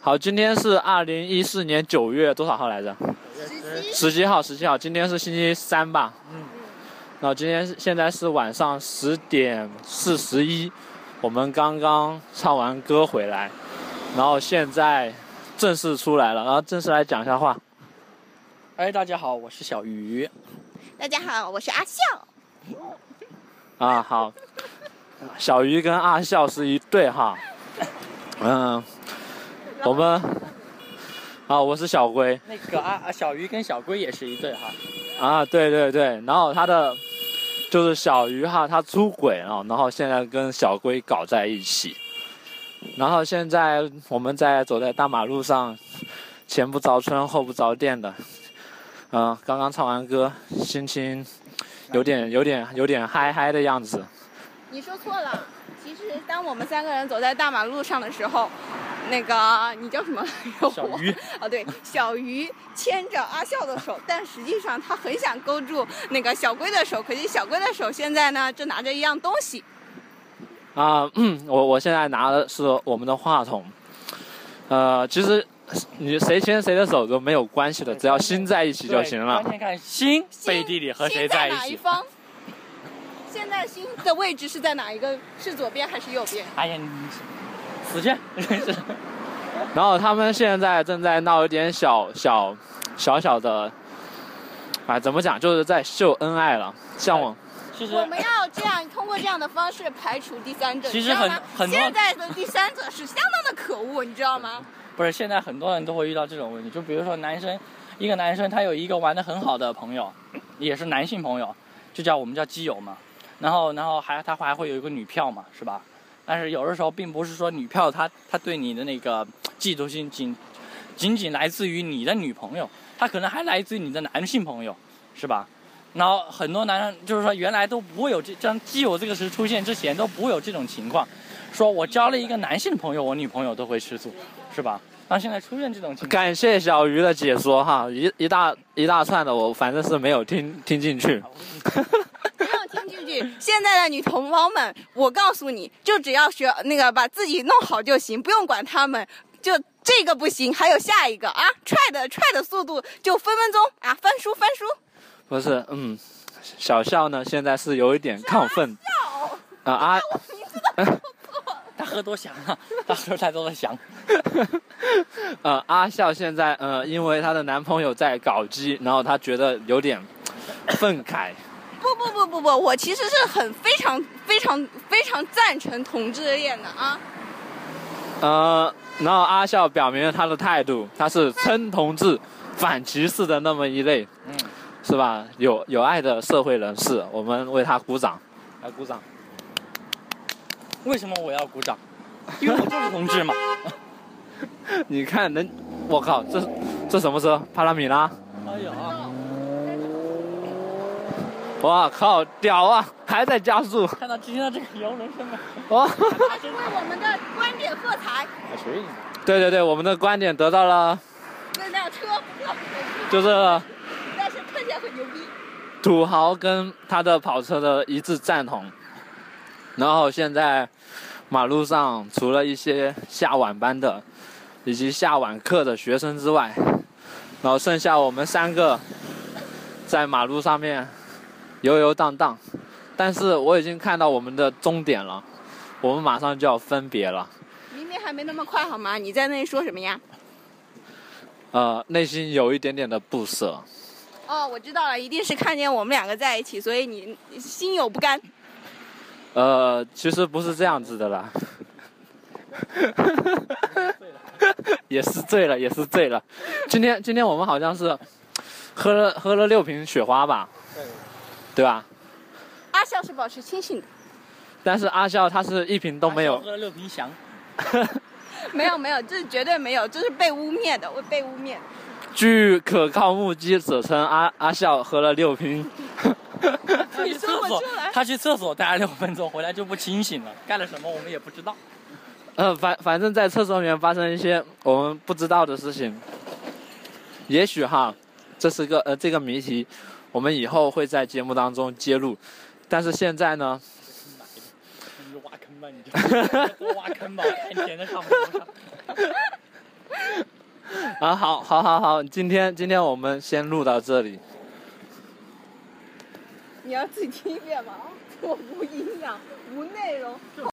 好，今天是2014年9月多少号来着？17号，今天是星期三吧？然后现在是晚上10点41，我们刚刚唱完歌回来，然后现在正式出来了，然后正式来讲一下话。 哎，大家好，我是小鱼。 大家好，我是阿笑。 啊，好，小鱼跟阿笑是一对哈。我们我是小龟。 那个小鱼跟小龟也是一对哈。 啊，对，然后他的就是小鱼哈，他出轨了，然后现在跟小龟搞在一起，然后现在我们走在大马路上，前不着村后不着店的，刚刚唱完歌，心情有点嗨的样子。 你说错了，其实当我们3个人走在大马路上的时候，那个你叫什么？ 小鱼。 对，小鱼牵着阿笑的手，但实际上他很想勾住那个小龟的手，可是小龟的手现在呢，正拿着一样东西。 我现在拿的是我们的话筒。其实你谁牵谁的手都没有关系的，只要心在一起就行了。 关键看心背地里和谁在一起。 哪一方？现在心的位置是在哪一个？是左边还是右边？ 哎呀，你死去！ 然后他们现在正在闹一点小的，怎么讲，就是在秀恩爱了。像我们要这样通过这样的方式排除第三者。 其实很多现在的第三者是相当的可恶，你知道吗？ 不是，现在很多人都会遇到这种问题，就比如说一个男生他有一个玩得很好的朋友，也是男性朋友，我们叫基友嘛。然后他还会有一个女票嘛，是吧？但是有的时候并不是说女票他对你的那个嫉妒心仅来自于你的女朋友，他可能还来自于你的男性朋友，是吧？然后很多男人就是说原来都不会有这样基友这个词出现之前都不会有这种情况，说我交了一个男性朋友，我女朋友都会吃醋，是吧？但现在出现这种情况， 感谢小鱼的解说哈，一大串的我反正是没有听进去。 没有听进去。现在的女同胞们，我告诉你，就只要学把自己弄好就行，不用管他们。就这个不行，还有下一个啊，踹的速度就分分钟啊，翻书。 不是，小笑呢现在是有一点亢奋。 我名字都说错。 他喝多翔了，他喝太多的翔。 阿笑现在因为她的男朋友在搞基，然后她觉得有点愤慨。 不，我其实是非常赞成同志恋的啊。 然后阿笑表明了他的态度，他是称同志反歧视的那么一类，是吧？有爱的社会人士，我们为他鼓掌，来鼓掌。 为什么我要鼓掌？因为我就是同志嘛。 你看我靠，这什么车？帕拉米拉。 哎呀！ 哇靠，屌啊！还在加速。 看到今天的这个摇轮声吗？ 哇！它是为我们的观点喝彩。 对，我们的观点得到了。 那辆车就是。 但是看起来很牛逼。 土豪跟他的跑车的一致赞同。然后现在马路上除了一些下晚班的以及下晚课的学生之外，然后剩下我们3个在马路上面游荡荡，但是我已经看到我们的终点了，我们马上就要分别了。 明明还没那么快好吗？你在那里说什么呀？ 内心有一点点的不舍。 哦，我知道了，一定是看见我们2个在一起，所以你心有不甘。 其实不是这样子的啦。也是醉了。今天我们好像是喝了6瓶雪花吧，对吧？ 阿笑是保持清醒的， 但是阿笑他是1瓶都没有。 喝了6瓶翔。 没有，这是绝对没有，这是被污蔑的，被污蔑。 据可靠目击者称，阿笑喝了6瓶。 他去厕所待了6分钟，回来就不清醒了，干了什么我们也不知道。 反正在厕所里面发生一些我们不知道的事情。也许哈，这是这个谜题，我们以后会在节目当中揭露。但是现在呢？ 你挖坑吧，你就多挖坑吧，看钱的上不上。 啊，好，今天我们先录到这里。 你要自己听一遍吗？我无营养，无内容。